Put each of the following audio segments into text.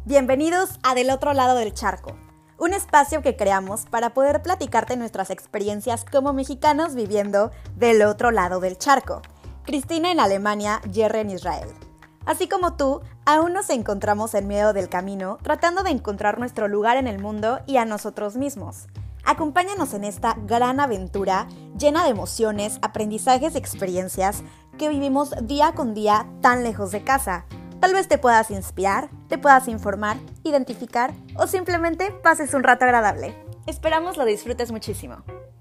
Bienvenidos a Del Otro Lado del Charco, un espacio que creamos para poder platicarte nuestras experiencias como mexicanos viviendo del otro lado del charco. Cristina en Alemania, Jerry en Israel. Así como tú, aún nos encontramos en medio del camino, tratando de encontrar nuestro lugar en el mundo y a nosotros mismos. Acompáñanos en esta gran aventura llena de emociones, aprendizajes y experiencias que vivimos día con día tan lejos de casa. Tal vez te puedas inspirar, te puedas informar, identificar o simplemente pases un rato agradable. Esperamos lo disfrutes muchísimo.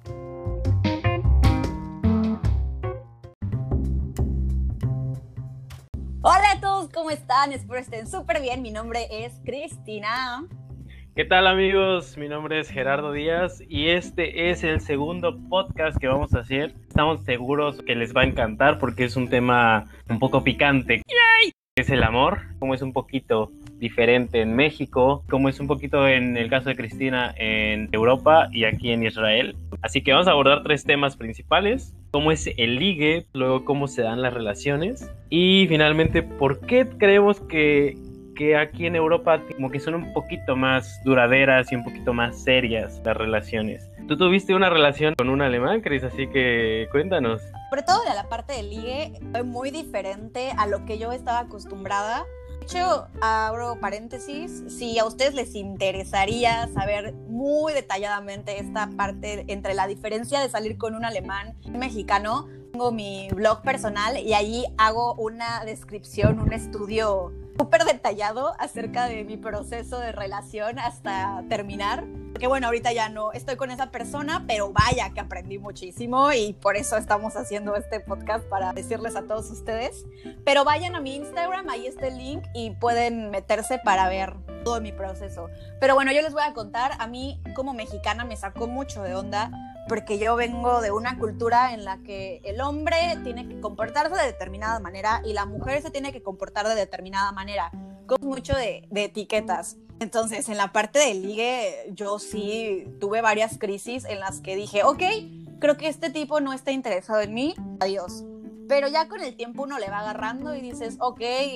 Hola a todos, ¿cómo están? Espero estén súper bien. Mi nombre es Cristina. ¿Qué tal, amigos? Mi nombre es Gerardo Díaz y este es el segundo podcast que vamos a hacer. Estamos seguros que les va a encantar porque es un tema un poco picante. ¡Yay! Es el amor, como es un poquito diferente en México, como es un poquito en el caso de Cristina en Europa y aquí en Israel. Así que vamos a abordar 3 temas principales: cómo es el ligue, luego cómo se dan las relaciones y finalmente por qué creemos que aquí en Europa como que son un poquito más duraderas y un poquito más serias las relaciones. Tú tuviste una relación con un alemán, Cris, así que cuéntanos. Sobre todo de la parte del ligue, fue muy diferente a lo que yo estaba acostumbrada. De hecho, abro paréntesis, si a ustedes les interesaría saber muy detalladamente esta parte entre la diferencia de salir con un alemán y un mexicano, tengo mi blog personal y allí hago una descripción, un estudio súper detallado acerca de mi proceso de relación hasta terminar. Porque bueno, ahorita ya no estoy con esa persona, pero vaya que aprendí muchísimo y por eso estamos haciendo este podcast para decirles a todos ustedes. Pero vayan a mi Instagram, ahí está el link y pueden meterse para ver todo mi proceso. Pero bueno, yo les voy a contar, a mí como mexicana me sacó mucho de onda porque yo vengo de una cultura en la que el hombre tiene que comportarse de determinada manera y la mujer se tiene que comportar de determinada manera, con mucho de etiquetas. Entonces, en la parte del ligue, yo sí tuve varias crisis en las que dije, ok, creo que este tipo no está interesado en mí, adiós. Pero ya con el tiempo uno le va agarrando y dices, ok,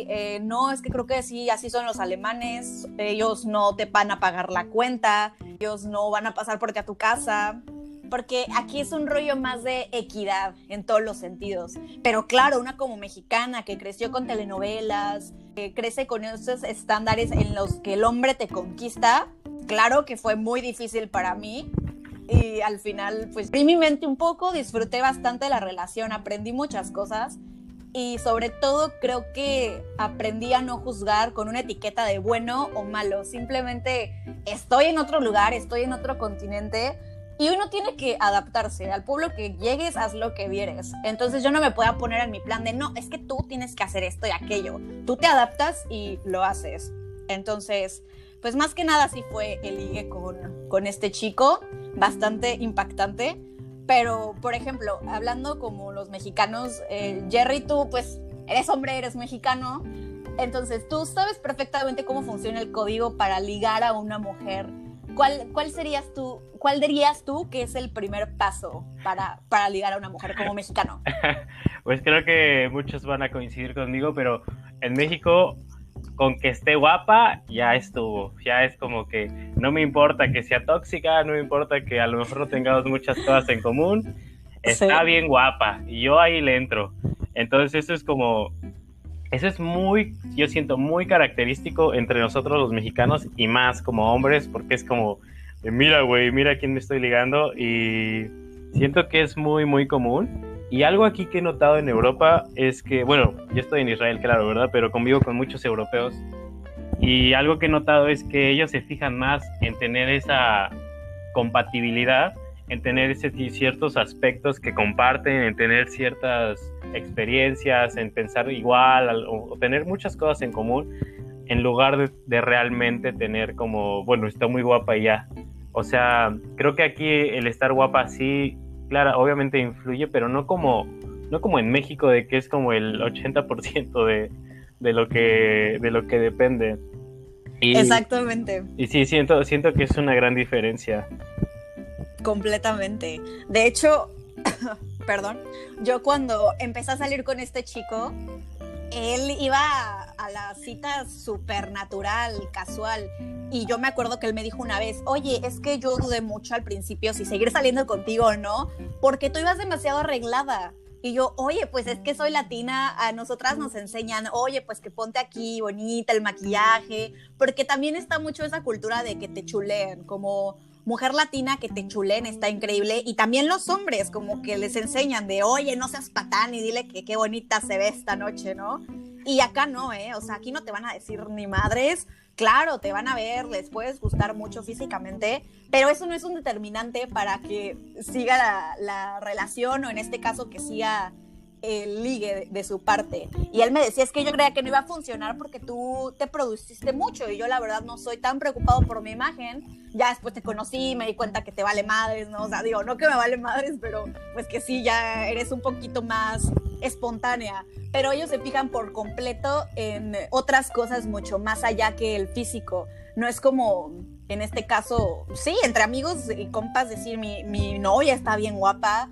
no, es que creo que sí, así son los alemanes, ellos no te van a pagar la cuenta, ellos no van a pasar por ti a tu casa, porque aquí es un rollo más de equidad en todos los sentidos. Pero claro, una como mexicana que creció con telenovelas, que crece con esos estándares en los que el hombre te conquista, claro que fue muy difícil para mí. Y al final, pues, abrí mi mente un poco, disfruté bastante de la relación, aprendí muchas cosas y sobre todo creo que aprendí a no juzgar con una etiqueta de bueno o malo. Simplemente estoy en otro lugar, estoy en otro continente y uno tiene que adaptarse al pueblo que llegues, haz lo que vieres. Entonces yo no me puedo poner en mi plan de no, es que tú tienes que hacer esto y aquello. Tú te adaptas y lo haces. Entonces, pues más que nada sí fue el ligue con este chico, bastante impactante. Pero, por ejemplo, hablando como los mexicanos, Jerry, tú pues eres hombre, eres mexicano. Entonces tú sabes perfectamente cómo funciona el código para ligar a una mujer. ¿Cuál dirías tú que es el primer paso para ligar a una mujer como mexicano? Pues creo que muchos van a coincidir conmigo, pero en México, con que esté guapa, ya estuvo. Ya es como que no me importa que sea tóxica, no me importa que a lo mejor no tengamos muchas cosas en común, está Sí. bien guapa y yo ahí le entro. Entonces eso es muy, yo siento, muy característico entre nosotros los mexicanos y más como hombres, porque es como, mira güey, mira a quién me estoy ligando, y siento que es muy, muy común. Y algo aquí que he notado en Europa es que, bueno, yo estoy en Israel, claro, ¿verdad? Pero convivo con muchos europeos y algo que he notado es que ellos se fijan más en tener esa compatibilidad, en tener ciertos aspectos que comparten, en tener ciertas experiencias, en pensar igual o tener muchas cosas en común, en lugar de realmente tener como, bueno, está muy guapa y ya. O sea, creo que aquí el estar guapa sí, claro, obviamente influye, pero no como en México, de que es como el 80% de lo que depende. Exactamente. Y sí, siento que es una gran diferencia. Completamente. De hecho, perdón, yo cuando empecé a salir con este chico, él iba a a la cita súper natural, casual. Y yo me acuerdo que él me dijo una vez, oye, es que yo dudé mucho al principio si seguir saliendo contigo o no, porque tú ibas demasiado arreglada. Y yo, oye, pues es que soy latina, a nosotras nos enseñan, oye, pues que ponte aquí bonita, el maquillaje, porque también está mucho esa cultura de que te chuleen, como mujer latina que te chuleen está increíble, y también los hombres como que les enseñan de, oye, no seas patán y dile que qué bonita se ve esta noche, ¿no? Y acá no, o sea, aquí no te van a decir ni madres. Claro, te van a ver, les puedes gustar mucho físicamente, pero eso no es un determinante para que siga la relación, o en este caso que siga el ligue de su parte. Y él me decía, es que yo creía que no iba a funcionar porque tú te produciste mucho y yo la verdad no soy tan preocupado por mi imagen. Ya después te conocí, me di cuenta que te vale madres, ¿no? O sea, digo, no que me vale madres, pero pues que sí, ya eres un poquito más espontánea. Pero ellos se fijan por completo en otras cosas mucho más allá que el físico. No es como, en este caso, sí, entre amigos y compas decir, mi novia está bien guapa,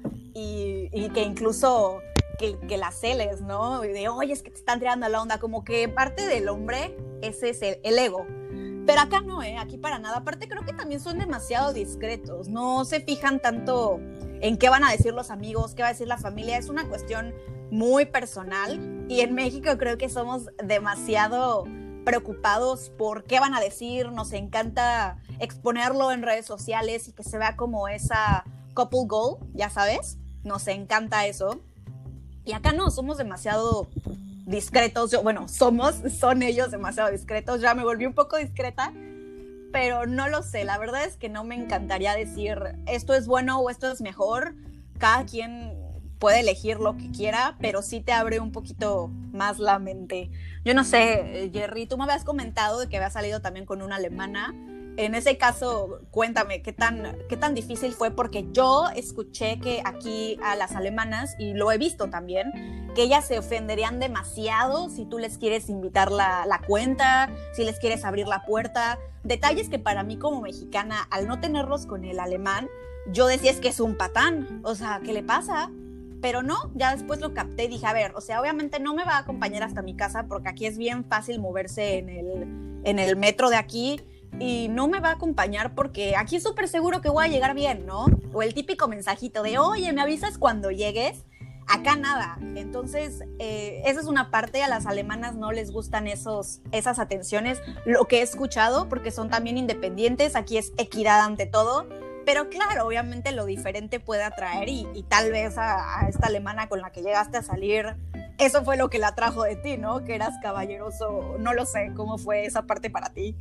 y que incluso que la celes, ¿no? Y de, oye, es que te están tirando la onda. Como que parte del hombre, ese es el ego. Pero acá no, aquí para nada. Aparte creo que también son demasiado discretos. No se fijan tanto en qué van a decir los amigos, qué va a decir la familia. Es una cuestión muy personal. Y en México creo que somos demasiado preocupados por qué van a decir. Nos encanta exponerlo en redes sociales y que se vea como esa couple goal, ya sabes. Nos encanta eso. Y acá no, somos demasiado discretos. Son ellos demasiado discretos. Ya me volví un poco discreta, pero no lo sé. La verdad es que no me encantaría decir esto es bueno o esto es mejor. Cada quien puede elegir lo que quiera, pero sí te abre un poquito más la mente. Yo no sé, Jerry, tú me habías comentado de que habías salido también con una alemana. En ese caso, cuéntame, ¿qué tan difícil fue? Porque yo escuché que aquí a las alemanas, y lo he visto también, que ellas se ofenderían demasiado si tú les quieres invitar la cuenta, si les quieres abrir la puerta. Detalles que para mí como mexicana, al no tenerlos con el alemán, yo decía es que es un patán, o sea, ¿qué le pasa? Pero no, ya después lo capté y dije, a ver, o sea, obviamente no me va a acompañar hasta mi casa porque aquí es bien fácil moverse en el metro de aquí, y no me va a acompañar porque aquí es súper seguro que voy a llegar bien, ¿no? O el típico mensajito de, oye, ¿me avisas cuando llegues? Acá nada. Entonces, esa es una parte. A las alemanas no les gustan esas atenciones, lo que he escuchado, porque son también independientes. Aquí es equidad ante todo. Pero claro, obviamente lo diferente puede atraer, y tal vez a esta alemana con la que llegaste a salir, eso fue lo que la atrajo de ti, ¿no? Que eras caballeroso. No lo sé, ¿cómo fue esa parte para ti?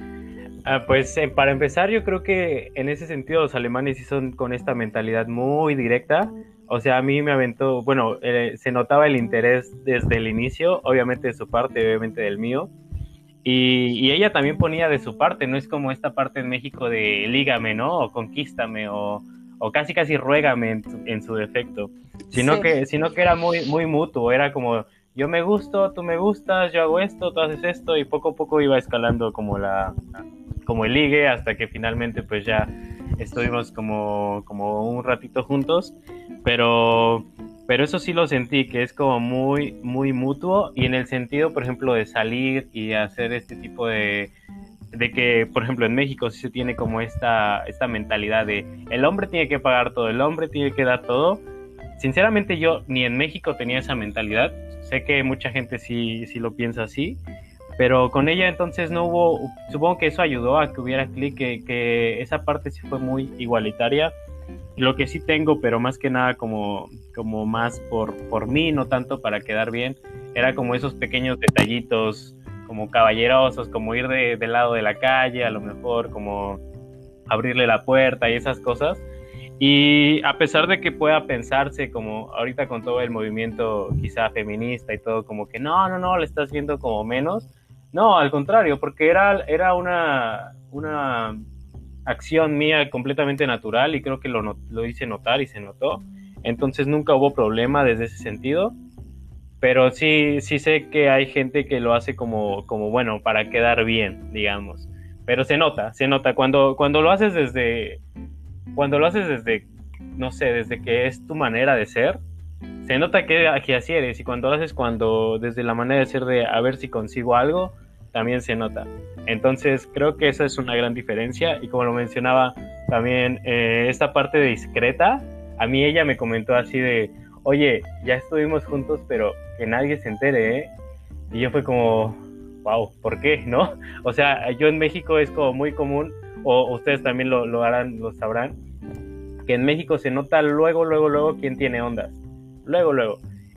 Pues para empezar, yo creo que en ese sentido los alemanes sí son con esta mentalidad muy directa. O sea, a mí me aventó, bueno, se notaba el interés desde el inicio, obviamente de su parte, obviamente del mío. Y ella también ponía de su parte, no es como esta parte en México de lígame, ¿no? O conquístame, o casi ruégame en su defecto. Sino que era muy, muy mutuo, era como yo me gusto, tú me gustas, yo hago esto, tú haces esto, y poco a poco iba escalando como el ligue, hasta que finalmente pues ya estuvimos como un ratito juntos, pero eso sí lo sentí, que es como muy, muy mutuo, y en el sentido, por ejemplo, de salir y hacer este tipo de que, por ejemplo, en México sí se tiene como esta mentalidad de el hombre tiene que pagar todo, el hombre tiene que dar todo. Sinceramente yo ni en México tenía esa mentalidad, sé que mucha gente sí lo piensa así, pero con ella entonces no hubo, supongo que eso ayudó a que hubiera clic, que esa parte sí fue muy igualitaria. Lo que sí tengo, pero más que nada como más por mí, no tanto para quedar bien, era como esos pequeños detallitos, como caballerosos, como ir del lado de la calle, a lo mejor como abrirle la puerta y esas cosas. Y a pesar de que pueda pensarse como ahorita con todo el movimiento quizá feminista y todo, como que no, le estás viendo como menos. No, al contrario, porque era una acción mía completamente natural, y creo que lo hice notar y se notó. Entonces nunca hubo problema desde ese sentido. Pero sí sé que hay gente que lo hace como bueno, para quedar bien, digamos. Pero se nota cuando lo haces desde, no sé, desde que es tu manera de ser, se nota que así eres, y cuando lo haces, cuando desde la manera de ser de a ver si consigo algo, también se nota. Entonces creo que esa es una gran diferencia, y como lo mencionaba también, esta parte de discreta, a mí ella me comentó así de, oye, ya estuvimos juntos, pero que nadie se entere, ¿eh? Y yo fue como, wow, ¿por qué? ¿No? O sea, yo en México es como muy común, o ustedes también lo harán, lo sabrán, que en México se nota luego, luego, luego quién tiene ondas. Luego, luego.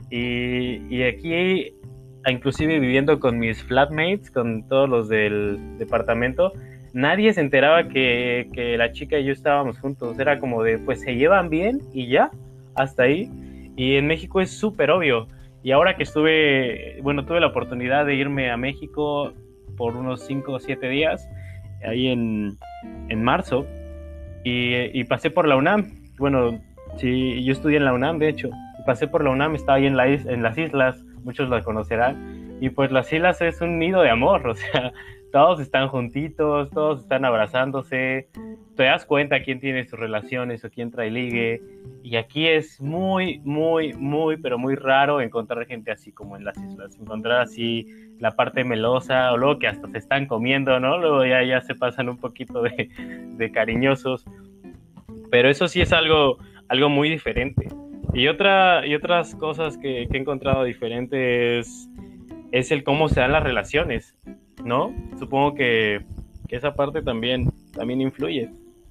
Y aquí, inclusive viviendo con mis flatmates, con todos los del departamento, nadie se enteraba que la chica y yo estábamos juntos. Era como de, pues se llevan bien y ya, hasta ahí. Y en México es súper obvio. Y ahora que tuve la oportunidad de irme a México por unos 5 o 7 días, ahí en marzo, y pasé por la UNAM. Bueno, sí, yo estudié en la UNAM, de hecho. Pasé por la UNAM, estaba ahí en las islas, muchos la conocerán, y pues las islas es un nido de amor, o sea, todos están juntitos, todos están abrazándose, te das cuenta quién tiene sus relaciones o quién trae ligue, y aquí es muy, muy, muy, pero muy raro encontrar gente así como en las islas, encontrar así la parte melosa, o luego que hasta se están comiendo, ¿no? Luego ya se pasan un poquito de cariñosos, pero eso sí es algo muy diferente. Y otras cosas que he encontrado diferentes es el cómo se dan las relaciones, ¿no? Supongo que esa parte también influye.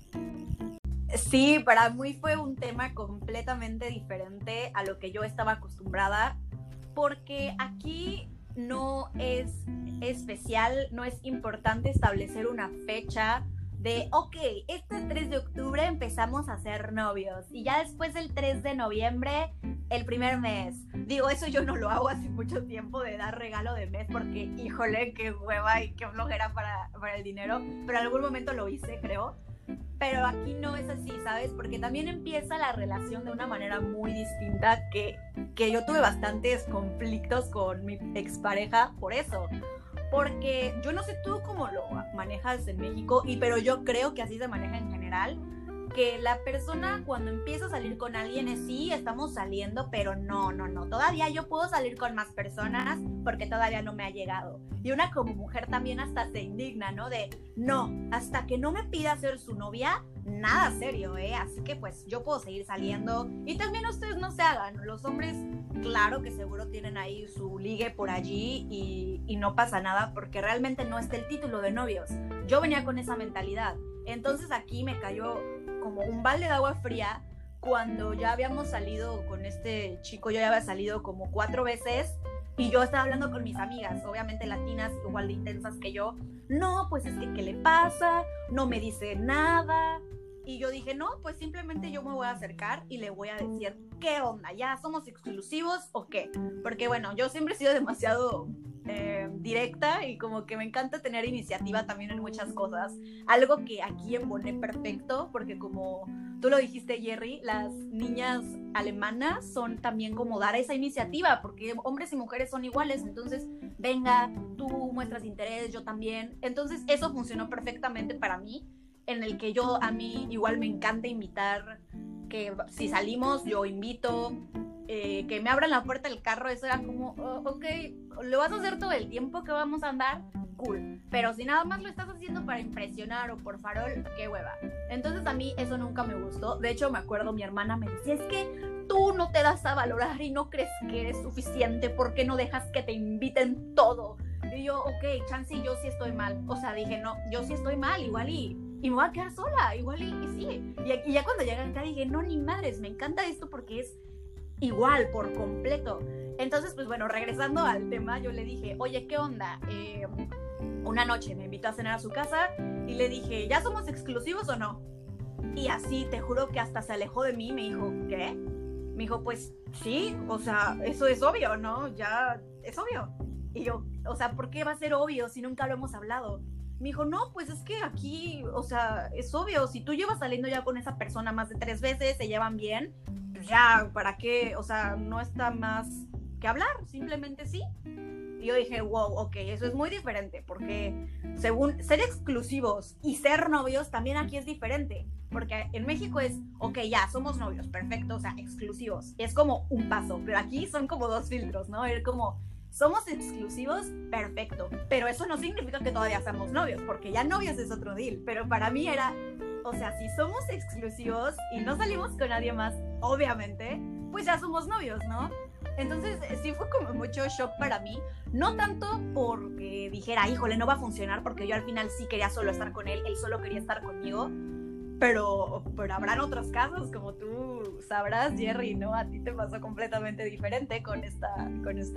Sí, para mí fue un tema completamente diferente a lo que yo estaba acostumbrada, porque aquí no es especial, no es importante establecer una fecha de, ok, este 3 de octubre empezamos a ser novios y ya después del 3 de noviembre, el primer mes. Digo, eso yo no lo hago hace mucho tiempo, de dar regalo de mes, porque híjole, qué hueva y qué flojera para el dinero, pero en algún momento lo hice, creo. Pero aquí no es así, ¿sabes? Porque también empieza la relación de una manera muy distinta, que yo tuve bastantes conflictos con mi expareja por eso. Porque yo no sé tú cómo lo manejas en México, pero yo creo que así se maneja en general, que la persona cuando empieza a salir con alguien es sí, estamos saliendo, pero no, todavía yo puedo salir con más personas porque todavía no me ha llegado. Y una como mujer también hasta se indigna, ¿no? De, no, hasta que no me pida ser su novia, nada serio, ¿eh? Así que pues yo puedo seguir saliendo. Y también ustedes no se hagan, los hombres, claro que seguro tienen ahí su ligue por allí y no pasa nada porque realmente no está el título de novios. Yo venía con esa mentalidad. Entonces aquí me cayó como un balde de agua fría cuando ya habíamos salido con este chico. Yo ya había salido como 4 veces y yo estaba hablando con mis amigas, obviamente latinas, igual de intensas que yo. No, pues es que ¿qué le pasa? No me dice nada. Y yo dije, no, pues simplemente yo me voy a acercar y le voy a decir, ¿qué onda? ¿Ya somos exclusivos o qué? Porque bueno, yo siempre he sido demasiado directa y como que me encanta tener iniciativa también en muchas cosas. Algo que aquí emboné perfecto, porque como tú lo dijiste, Jerry, las niñas alemanas son también como dar esa iniciativa, porque hombres y mujeres son iguales, entonces venga, tú muestras interés, yo también. Entonces eso funcionó perfectamente para mí, en el que a mí igual me encanta invitar, que si salimos yo invito, que me abran la puerta del carro. Eso era como, ok, ¿lo vas a hacer todo el tiempo que vamos a andar? Cool, pero si nada más lo estás haciendo para impresionar o por farol, qué hueva. Entonces a mí eso nunca me gustó. De hecho me acuerdo, mi hermana me decía, es que tú no te das a valorar y no crees que eres suficiente, ¿por qué no dejas que te inviten todo? Y yo, ok, chance, yo sí estoy mal. O sea, dije, no, yo sí estoy mal, igual y me voy a quedar sola, igual y sí. Y ya cuando llegué acá dije, no, ni madres, me encanta esto porque es igual, por completo. Entonces, pues bueno, regresando al tema, yo le dije, oye, ¿qué onda? Una noche me invitó a cenar a su casa y le dije, ¿ya somos exclusivos o no? Y así, te juro que hasta se alejó de mí y me dijo, ¿qué? Me dijo, pues sí, o sea, eso es obvio, ¿no? Ya es obvio. Y yo, o sea, ¿por qué va a ser obvio si nunca lo hemos hablado? Me dijo, no, pues es que aquí, o sea, es obvio, si tú llevas saliendo ya con esa persona más de 3 veces, se llevan bien, pues ya, ¿para qué? O sea, no está más que hablar, simplemente sí. Y yo dije, wow, ok, eso es muy diferente, porque según ser exclusivos y ser novios, también aquí es diferente. Porque en México es, ok, ya, somos novios, perfecto, o sea, exclusivos. Es como un paso, pero aquí son como 2 filtros, ¿no? Es como, somos exclusivos, perfecto. Pero eso no significa que todavía seamos novios, porque ya novios es otro deal. Pero para mí era, o sea, si somos exclusivos y no salimos con nadie más, obviamente, pues ya somos novios, ¿no? Entonces sí fue como mucho shock para mí, no tanto porque dijera, híjole, no va a funcionar, porque yo al final sí quería solo estar con él, él solo quería estar conmigo, pero habrán otros casos, como tú sabrás, Jerry, ¿no? A ti te pasó completamente diferente con esta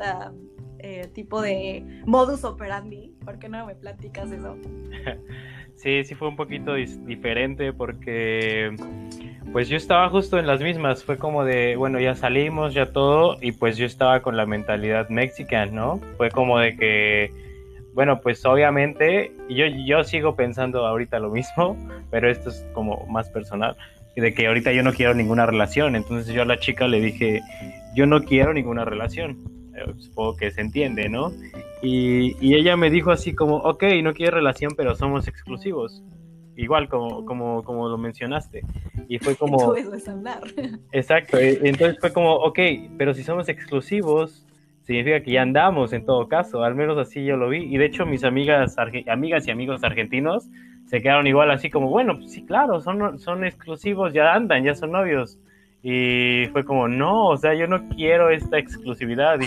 tipo de modus operandi. ¿Por qué no me platicas eso? Sí, sí fue un poquito diferente porque pues yo estaba justo en las mismas, fue como de, bueno, ya salimos, ya todo, y pues yo estaba con la mentalidad mexicana, ¿no? Fue como de que, bueno, pues obviamente, yo sigo pensando ahorita lo mismo, pero esto es como más personal, de que ahorita yo no quiero ninguna relación, entonces yo a la chica le dije, yo no quiero ninguna relación, supongo que se entiende, ¿no? Y ella me dijo así como, ok, no quiero relación, pero somos exclusivos, igual como lo mencionaste, y fue como... Tú eso es hablar. Exacto, entonces fue como, ok, pero si somos exclusivos, significa que ya andamos en todo caso, al menos así yo lo vi, y de hecho mis amigas y amigos argentinos se quedaron igual así como, bueno, pues sí, claro, son exclusivos, ya andan, ya son novios, y fue como, no, o sea, yo no quiero esta exclusividad,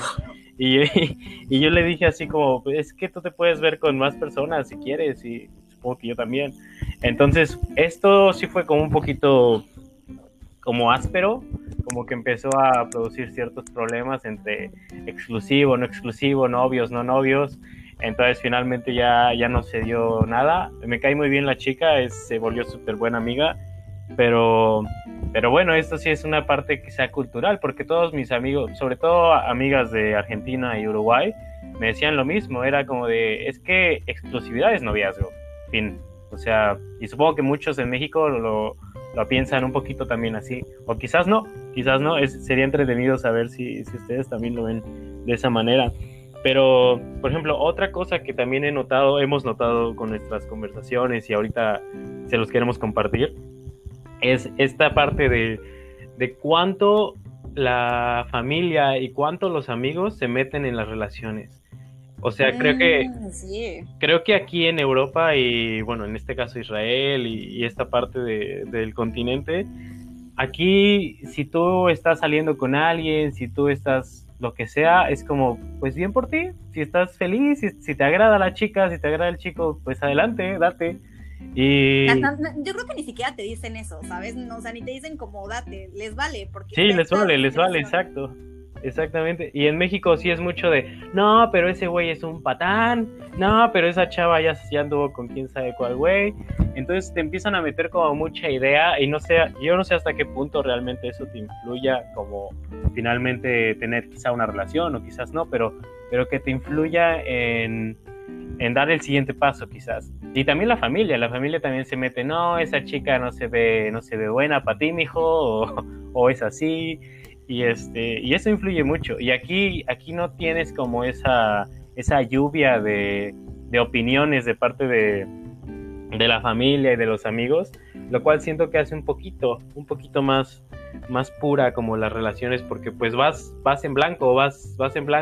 y yo le dije así como, es que tú te puedes ver con más personas si quieres, y supongo que yo también. Entonces esto sí fue como un poquito como áspero, como que empezó a producir ciertos problemas entre exclusivo, no exclusivo, novios, no novios. Entonces finalmente ya no se dio nada. Me cae muy bien la chica, se volvió súper buena amiga, pero bueno, esto sí es una parte que sea cultural, porque todos mis amigos, sobre todo amigas de Argentina y Uruguay, me decían lo mismo, era como de, es que exclusividad es noviazgo, fin. O sea, y supongo que muchos en México lo piensan un poquito también así, o quizás no, sería entretenido saber si ustedes también lo ven de esa manera. Pero, por ejemplo, otra cosa que también hemos notado con nuestras conversaciones y ahorita se los queremos compartir, es esta parte de cuánto la familia y cuánto los amigos se meten en las relaciones. O sea, creo que aquí en Europa y, bueno, en este caso Israel y esta parte del continente, aquí si tú estás saliendo con alguien, si tú estás lo que sea, es como, pues bien por ti, si estás feliz, si te agrada la chica, si te agrada el chico, pues adelante, date. Y yo creo que ni siquiera te dicen eso, ¿sabes? No, o sea, ni te dicen como date, les vale. Porque sí, les vale, exacto. Exactamente, y en México sí es mucho de, no, pero ese güey es un patán, no, pero esa chava ya anduvo con quién sabe cuál güey, entonces te empiezan a meter como mucha idea y yo no sé hasta qué punto realmente eso te influya como finalmente tener quizá una relación o quizás no, pero que te influya en dar el siguiente paso quizás. Y también la familia también se mete, no, esa chica no se ve buena para ti, mijo, o es así. Y eso influye mucho. Y aquí no tienes como esa lluvia de opiniones de parte de la familia y de los amigos, lo cual siento que hace un poquito más pura como las relaciones, porque pues vas en blanco, vas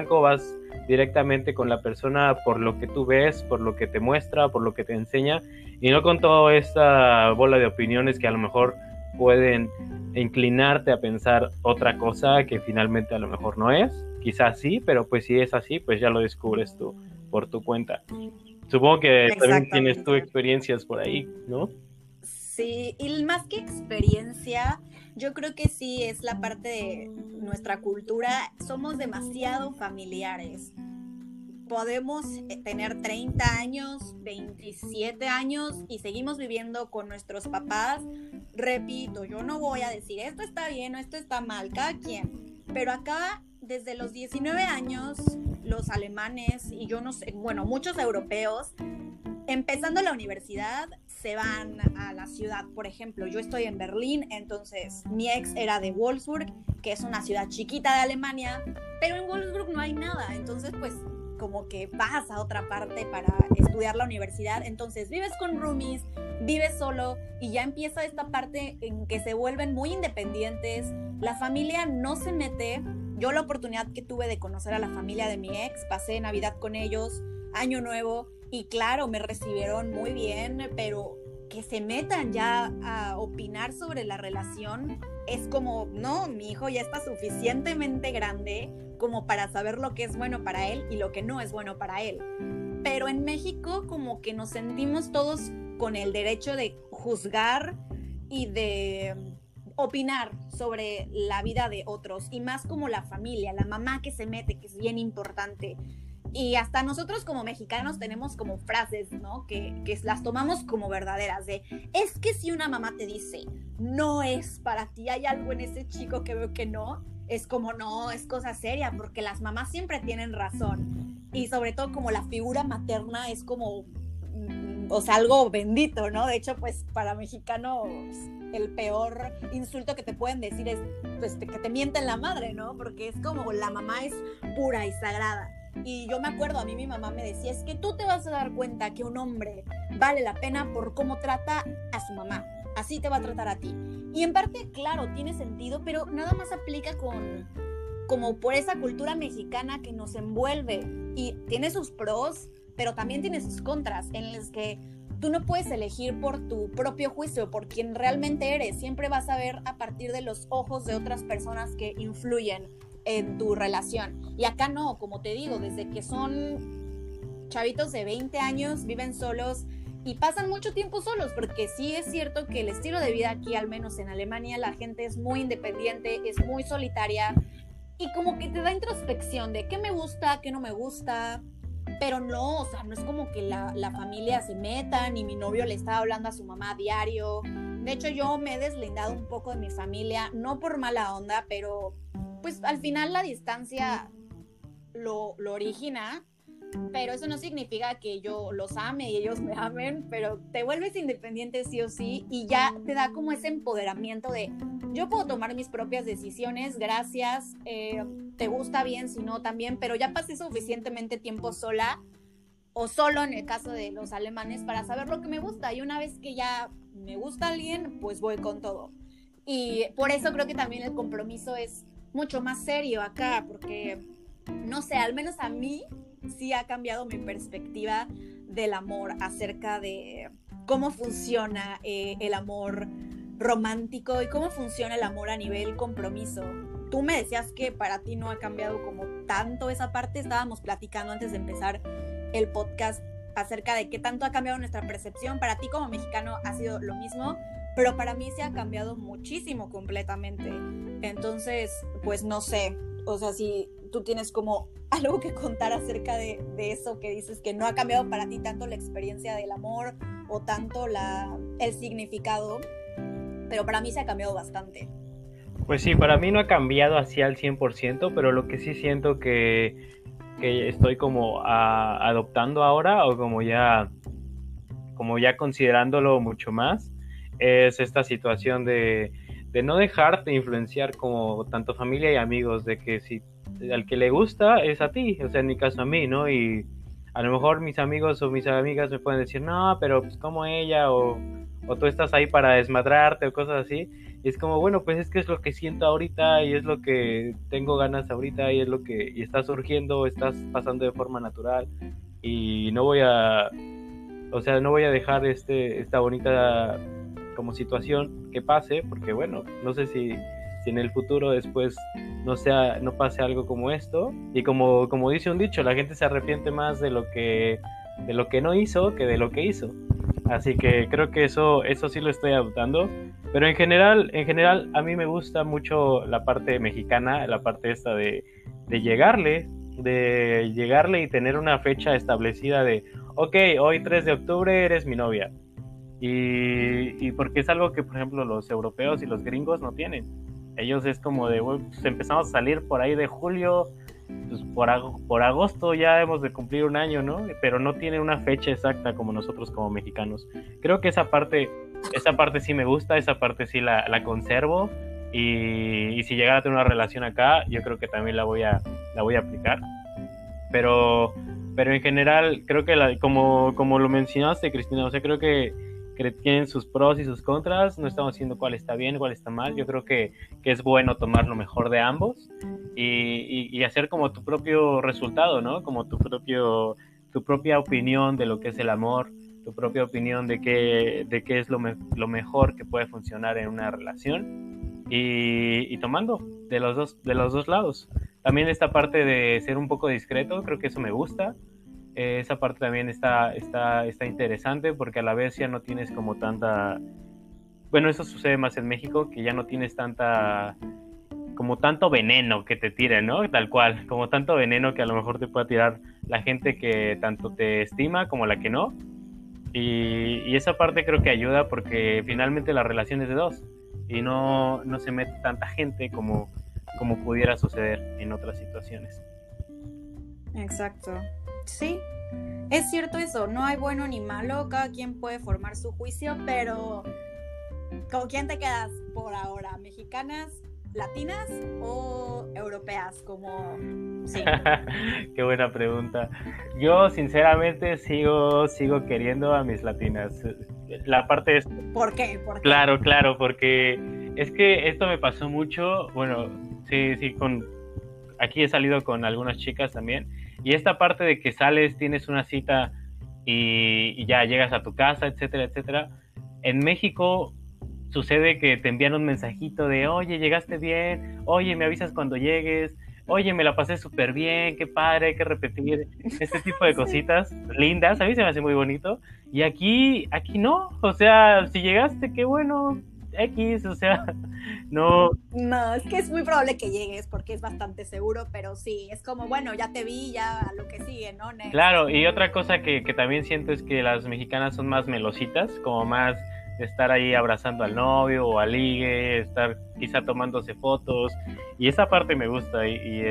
directamente con la persona por lo que tú ves, por lo que te muestra, por lo que te enseña, y no con toda esta bola de opiniones que a lo mejor pueden inclinarte a pensar otra cosa que finalmente a lo mejor no es, quizás sí, pero pues si es así, pues ya lo descubres tú por tu cuenta. Supongo que también tienes tu experiencias por ahí, ¿no? Sí, y más que experiencia, yo creo que sí es la parte de nuestra cultura, somos demasiado familiares. Podemos tener 30 años, 27 años y seguimos viviendo con nuestros papás. Repito, yo no voy a decir esto está bien o esto está mal, cada quien. Pero acá, desde los 19 años, los alemanes y yo no sé, bueno, muchos europeos, empezando la universidad, se van a la ciudad. Por ejemplo, yo estoy en Berlín, entonces mi ex era de Wolfsburg, que es una ciudad chiquita de Alemania, pero en Wolfsburg no hay nada. Entonces, pues, como que vas a otra parte para estudiar la universidad, entonces vives con roomies, vives solo y ya empieza esta parte en que se vuelven muy independientes, la familia no se mete. Yo la oportunidad que tuve de conocer a la familia de mi ex, pasé Navidad con ellos, Año Nuevo, y claro, me recibieron muy bien, pero que se metan ya a opinar sobre la relación es como, no, mi hijo ya está suficientemente grande como para saber lo que es bueno para él y lo que no es bueno para él. Pero en México como que nos sentimos todos con el derecho de juzgar y de opinar sobre la vida de otros, y más como la familia, la mamá que se mete, que es bien importante. Y hasta nosotros como mexicanos tenemos como frases, ¿no? Que las tomamos como verdaderas, de, es que si una mamá te dice, no es para ti, hay algo en ese chico que veo que no, es como, no, es cosa seria, porque las mamás siempre tienen razón. Y sobre todo como la figura materna es como, o sea, algo bendito, ¿no? De hecho, pues para mexicanos el peor insulto que te pueden decir es, pues, que te mienten la madre, ¿no? Porque es como, la mamá es pura y sagrada. Y yo me acuerdo, a mí mi mamá me decía, es que tú te vas a dar cuenta que un hombre vale la pena por cómo trata a su mamá, así te va a tratar a ti. Y en parte, claro, tiene sentido, pero nada más aplica como por esa cultura mexicana que nos envuelve, y tiene sus pros, pero también tiene sus contras, en las que tú no puedes elegir por tu propio juicio, por quien realmente eres, siempre vas a ver a partir de los ojos de otras personas que influyen en tu relación. Y acá no, como te digo, desde que son chavitos de 20 años, viven solos y pasan mucho tiempo solos, porque sí es cierto que el estilo de vida aquí, al menos en Alemania, la gente es muy independiente, es muy solitaria, y como que te da introspección de qué me gusta, qué no me gusta. Pero no, o sea, no es como que la familia se meta, ni mi novio le está hablando a su mamá a diario. De hecho, yo me he deslindado un poco de mi familia, no por mala onda, pero pues al final la distancia lo origina, pero eso no significa que yo los ame y ellos me amen, pero te vuelves independiente sí o sí, y ya te da como ese empoderamiento de, yo puedo tomar mis propias decisiones, gracias, te gusta bien, si no también, pero ya pasé suficientemente tiempo sola o solo en el caso de los alemanes para saber lo que me gusta, y una vez que ya me gusta alguien, pues voy con todo. Y por eso creo que también el compromiso es mucho más serio acá, porque no sé, al menos a mí sí ha cambiado mi perspectiva del amor, acerca de cómo funciona el amor romántico y cómo funciona el amor a nivel compromiso. Tú me decías que para ti no ha cambiado como tanto esa parte. Estábamos platicando antes de empezar el podcast acerca de qué tanto ha cambiado nuestra percepción. Para ti como mexicano ha sido lo mismo, pero para mí sí ha cambiado muchísimo completamente. Entonces, pues no sé, o sea, si tú tienes como algo que contar acerca de eso que dices, que no ha cambiado para ti tanto la experiencia del amor o tanto el significado, pero para mí se ha cambiado bastante. Pues sí, para mí no ha cambiado así al 100%, pero lo que sí siento que estoy como adoptando ahora, o como ya considerándolo mucho más, es esta situación de no dejarte influenciar como tanto familia y amigos, de que si al que le gusta es a ti, o sea, en mi caso a mí, ¿no? Y a lo mejor mis amigos o mis amigas me pueden decir, no, pero pues como ella, o tú estás ahí para desmadrarte o cosas así, y es como, bueno, pues es que es lo que siento ahorita y es lo que tengo ganas ahorita y es lo que y está surgiendo, estás pasando de forma natural, y no voy a dejar esta bonita como situación que pase, porque bueno, no sé si en el futuro después no pase algo como esto, y como dice un dicho, la gente se arrepiente más de lo que no hizo que de lo que hizo. Así que creo que eso sí lo estoy adoptando, pero en general a mí me gusta mucho la parte mexicana, la parte esta de llegarle y tener una fecha establecida de, ok, hoy 3 de octubre eres mi novia. Y porque es algo que, por ejemplo, los europeos y los gringos no tienen. Ellos es como de, pues empezamos a salir por ahí de julio, pues por agosto ya hemos de cumplir un año, ¿no? Pero no tienen una fecha exacta como nosotros como mexicanos. Creo que esa parte sí me gusta, esa parte sí la conservo, y si llegara a tener una relación acá, yo creo que también la voy a aplicar. Pero pero en general creo que como lo mencionaste, Cristina, o sea, creo que tienen sus pros y sus contras, no estamos diciendo cuál está bien, cuál está mal, yo creo que es bueno tomar lo mejor de ambos y hacer como tu propio resultado, ¿no? Como tu propia opinión de lo que es el amor, tu propia opinión de qué es lo mejor que puede funcionar en una relación y tomando de los dos lados. También esta parte de ser un poco discreto, creo que eso me gusta. Esa parte también está interesante porque a la vez ya no tienes como tanta... Bueno, eso sucede más en México, que ya no tienes como tanto veneno que te tiren, ¿no? Tal cual, como tanto veneno que a lo mejor te pueda tirar la gente que tanto te estima como la que no. Y esa parte creo que ayuda porque finalmente la relación es de dos y no se mete tanta gente como pudiera suceder en otras situaciones. Exacto. Sí, es cierto eso, no hay bueno ni malo, cada quien puede formar su juicio, pero ¿con quién te quedas por ahora? ¿Mexicanas, latinas o europeas? Como sí. Qué buena pregunta. Yo sinceramente sigo queriendo a mis latinas. La parte es... ¿Por qué? Claro, porque es que esto me pasó mucho, bueno, sí, aquí he salido con algunas chicas también. Y esta parte de que sales, tienes una cita y ya llegas a tu casa, etcétera, etcétera. En México sucede que te envían un mensajito de, oye, llegaste bien, oye, me avisas cuando llegues, oye, me la pasé súper bien, qué padre, hay que repetir. Este tipo de cositas lindas, a mí se me hace muy bonito. Y aquí no, o sea, si llegaste, qué bueno, X, o sea, no. No, es que es muy probable que llegues porque es bastante seguro, pero sí, es como, bueno, ya te vi, ya a lo que sigue, ¿no? Next. Claro, y otra cosa que también siento es que las mexicanas son más melositas, como más de estar ahí abrazando al novio o al ligue, estar quizá tomándose fotos, y esa parte me gusta, y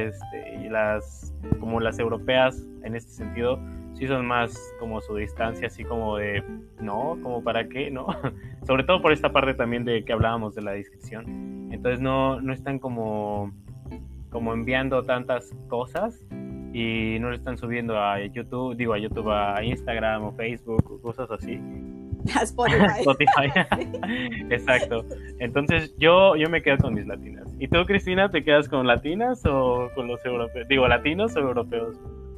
como las europeas en este sentido, sí son más como su distancia, así como de, no, como para qué, ¿no? Sobre todo por esta parte también de que hablábamos de la discreción. Entonces no están como enviando tantas cosas y no le están subiendo a YouTube, a Instagram o Facebook, cosas así. A Spotify. Exacto. Entonces yo me quedo con mis latinas. ¿Y tú, Cristina, te quedas con latinas o con los europeos? Digo, ¿latinos o europeos?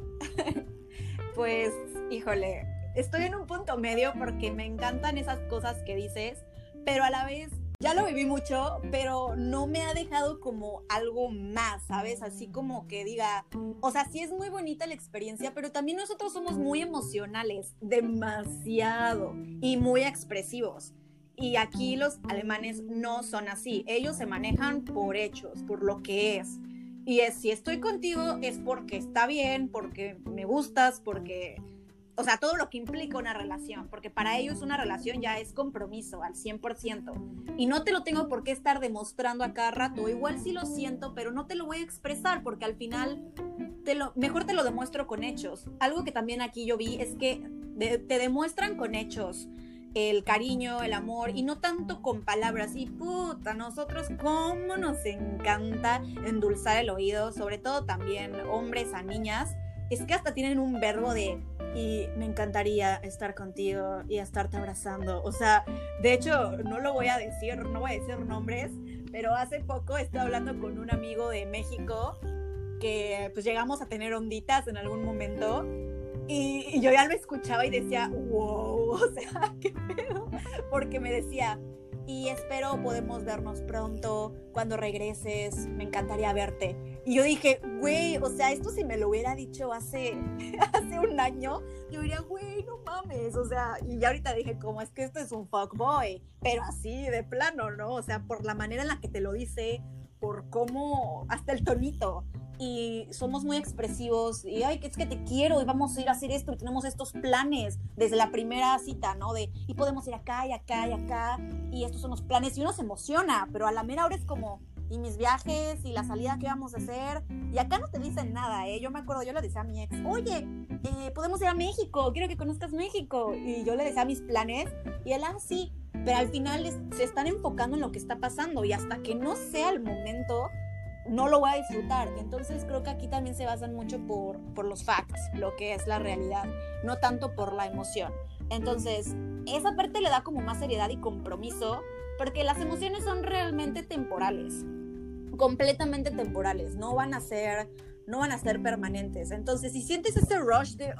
Pues, híjole, estoy en un punto medio porque me encantan esas cosas que dices, pero a la vez ya lo viví mucho, pero no me ha dejado como algo más, ¿sabes? Así como que diga, o sea, sí es muy bonita la experiencia, pero también nosotros somos muy emocionales, demasiado, y muy expresivos. Y aquí los alemanes no son así, ellos se manejan por hechos, por lo que es. Y si estoy contigo es porque está bien, porque me gustas, porque... O sea, todo lo que implica una relación, porque para ellos una relación ya es compromiso al 100%. Y no te lo tengo por qué estar demostrando a cada rato. Igual sí lo siento, pero no te lo voy a expresar porque al final mejor te lo demuestro con hechos. Algo que también aquí yo vi es que te demuestran con hechos el cariño, el amor, y no tanto con palabras. Y puta, nosotros cómo nos encanta endulzar el oído, sobre todo también hombres a niñas. Es que hasta tienen un verbo de y me encantaría estar contigo y estarte abrazando. O sea, de hecho, no voy a decir nombres, pero hace poco estaba hablando con un amigo de México que pues llegamos a tener onditas en algún momento y yo ya lo escuchaba y decía, wow, o sea, qué pedo, porque me decía, y espero podemos vernos pronto, cuando regreses, me encantaría verte. Y yo dije, güey, o sea, esto si me lo hubiera dicho hace un año, yo diría, güey, no mames, o sea, y ya ahorita dije, como es que esto es un fuckboy, pero así de plano, ¿no? O sea, por la manera en la que te lo dice, por cómo, hasta el tonito. Y somos muy expresivos, y ay, es que te quiero, y vamos a ir a hacer esto, y tenemos estos planes desde la primera cita, ¿no? Y podemos ir acá, y acá, y acá, y estos son los planes, y uno se emociona, pero a la mera hora es como, y mis viajes, y la salida que vamos a hacer, y acá no te dicen nada, ¿eh? Yo me acuerdo, yo le decía a mi ex, oye, podemos ir a México, quiero que conozcas México, y yo le decía mis planes, y él, sí, pero al final se están enfocando en lo que está pasando, y hasta que no sea el momento, no lo voy a disfrutar. Entonces creo que aquí también se basan mucho por los facts, lo que es la realidad, no tanto por la emoción. Entonces esa parte le da como más seriedad y compromiso, porque las emociones son realmente temporales, completamente temporales, no van a ser permanentes. Entonces si sientes ese rush de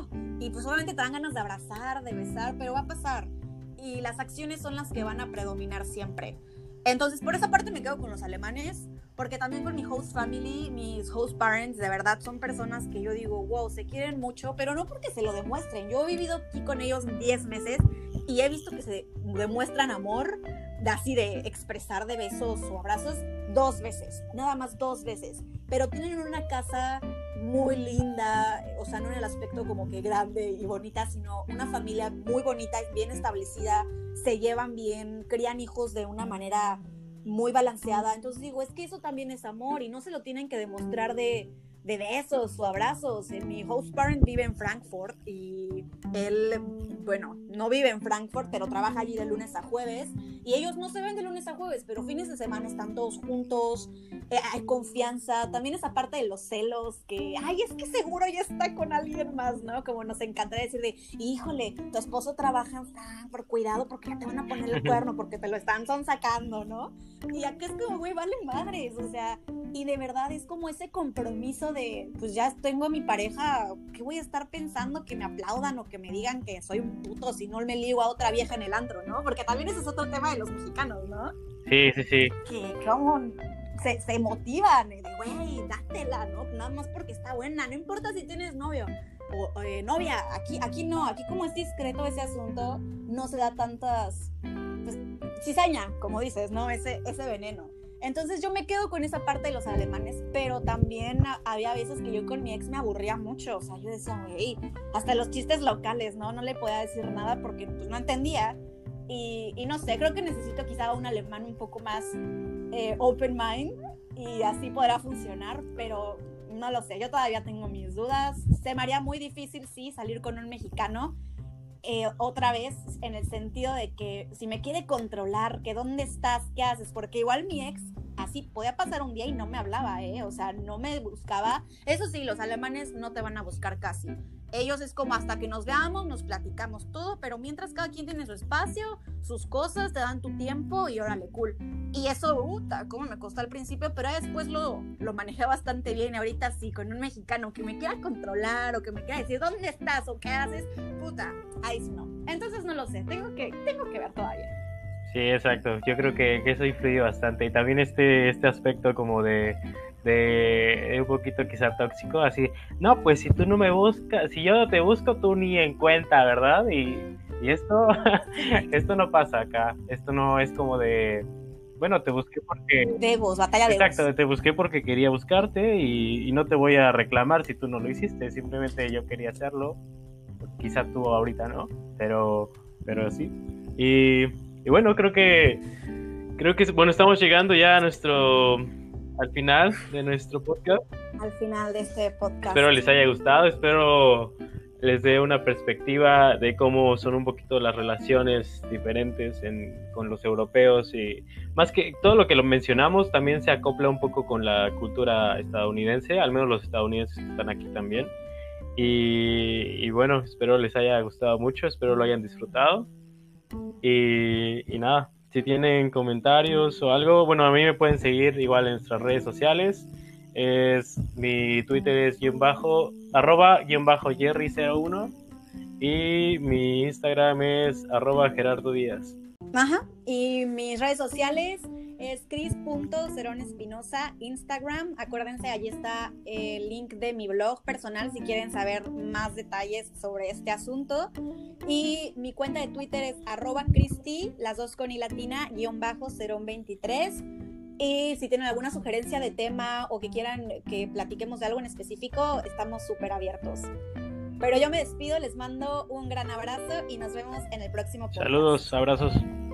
y pues obviamente te dan ganas de abrazar, de besar, pero va a pasar, y las acciones son las que van a predominar siempre. Entonces por esa parte me quedo con los alemanes, porque también con mi host family, mis host parents, de verdad son personas que yo digo, wow, se quieren mucho, pero no porque se lo demuestren. Yo he vivido aquí con ellos 10 meses y he visto que se demuestran amor, así de expresar de besos o abrazos 2 veces, nada más 2 veces, pero tienen una casa muy linda, o sea, no en el aspecto como que grande y bonita, sino una familia muy bonita, bien establecida, se llevan bien, crían hijos de una manera muy balanceada. Entonces digo, es que eso también es amor y no se lo tienen que demostrar de besos o abrazos. Mi host parent vive en Frankfurt y él, bueno, no vive en Frankfurt, pero trabaja allí de lunes a jueves, y ellos no se ven de lunes a jueves, pero fines de semana están todos juntos, hay confianza. También esa parte de los celos, que, es que seguro ya está con alguien más, ¿no? Como nos encanta decir de, híjole, tu esposo trabaja en Frankfurt, cuidado porque ya te van a poner el cuerno, porque te lo están sonsacando, ¿no? Y acá es como, güey, vale madres, o sea, y de verdad es como ese compromiso de, pues ya tengo a mi pareja, ¿qué voy a estar pensando? Que me aplaudan o que me digan que soy un puto si no me ligo a otra vieja en el antro, ¿no? Porque también ese es otro tema de los mexicanos, ¿no? Sí. Que como se motivan, de güey, dátela, ¿no? Nada más porque está buena, no importa si tienes novio o novia, aquí no, aquí como es discreto ese asunto, no se da tantas, pues, cizaña, como dices, ¿no? Ese veneno. Entonces yo me quedo con esa parte de los alemanes, pero también había veces que yo con mi ex me aburría mucho, o sea, yo decía, güey, hasta los chistes locales, ¿no? No le podía decir nada porque pues no entendía, y no sé, creo que necesito quizá un alemán un poco más open mind, y así podrá funcionar, pero no lo sé, yo todavía tengo mis dudas. Se me haría muy difícil, sí, salir con un mexicano, otra vez, en el sentido de que si me quiere controlar, que dónde estás, qué haces, porque igual mi ex así podía pasar un día y no me hablaba, o sea, no me buscaba. Eso sí, los alemanes no te van a buscar casi. Ellos es como hasta que nos veamos, nos platicamos todo, pero mientras cada quien tiene su espacio, sus cosas, te dan tu tiempo y órale, cool. Y eso, como me costó al principio, pero después lo manejé bastante bien. Y ahorita sí, con un mexicano que me quiera controlar o que me quiera decir dónde estás o qué haces, ahí sí no. Entonces no lo sé, tengo que ver todavía. Sí, exacto. Yo creo que eso influye bastante. Y también este aspecto como de un poquito quizá tóxico, así, no, pues si tú no me buscas, si yo no te busco, tú ni en cuenta, ¿verdad? Y esto, esto no pasa acá. Esto no es como de, bueno, te busqué porque... batalla de Exacto, te busqué porque quería buscarte y no te voy a reclamar si tú no lo hiciste. Simplemente yo quería hacerlo. Quizá tú ahorita no, pero sí. Y bueno, creo que bueno, estamos llegando ya al final de nuestro podcast. Al final de este podcast. Espero les haya gustado, espero les dé una perspectiva de cómo son un poquito las relaciones diferentes con los europeos, y más que todo lo que lo mencionamos también se acopla un poco con la cultura estadounidense, al menos los estadounidenses que están aquí también. Y bueno, espero les haya gustado mucho, espero lo hayan disfrutado. Y nada, si tienen comentarios o algo, bueno, a mí me pueden seguir igual en nuestras redes sociales. Mi Twitter es @Jerry01 y mi Instagram es @GerardoDíaz. Ajá, y mis redes sociales es cris.ceronespinosa, Instagram. Acuérdense, allí está el link de mi blog personal si quieren saber más detalles sobre este asunto. Y mi cuenta de Twitter es @Cristi, las dos con i latina, _Cerón23. Y si tienen alguna sugerencia de tema o que quieran que platiquemos de algo en específico, estamos súper abiertos. Pero yo me despido, les mando un gran abrazo y nos vemos en el próximo podcast. Saludos, abrazos.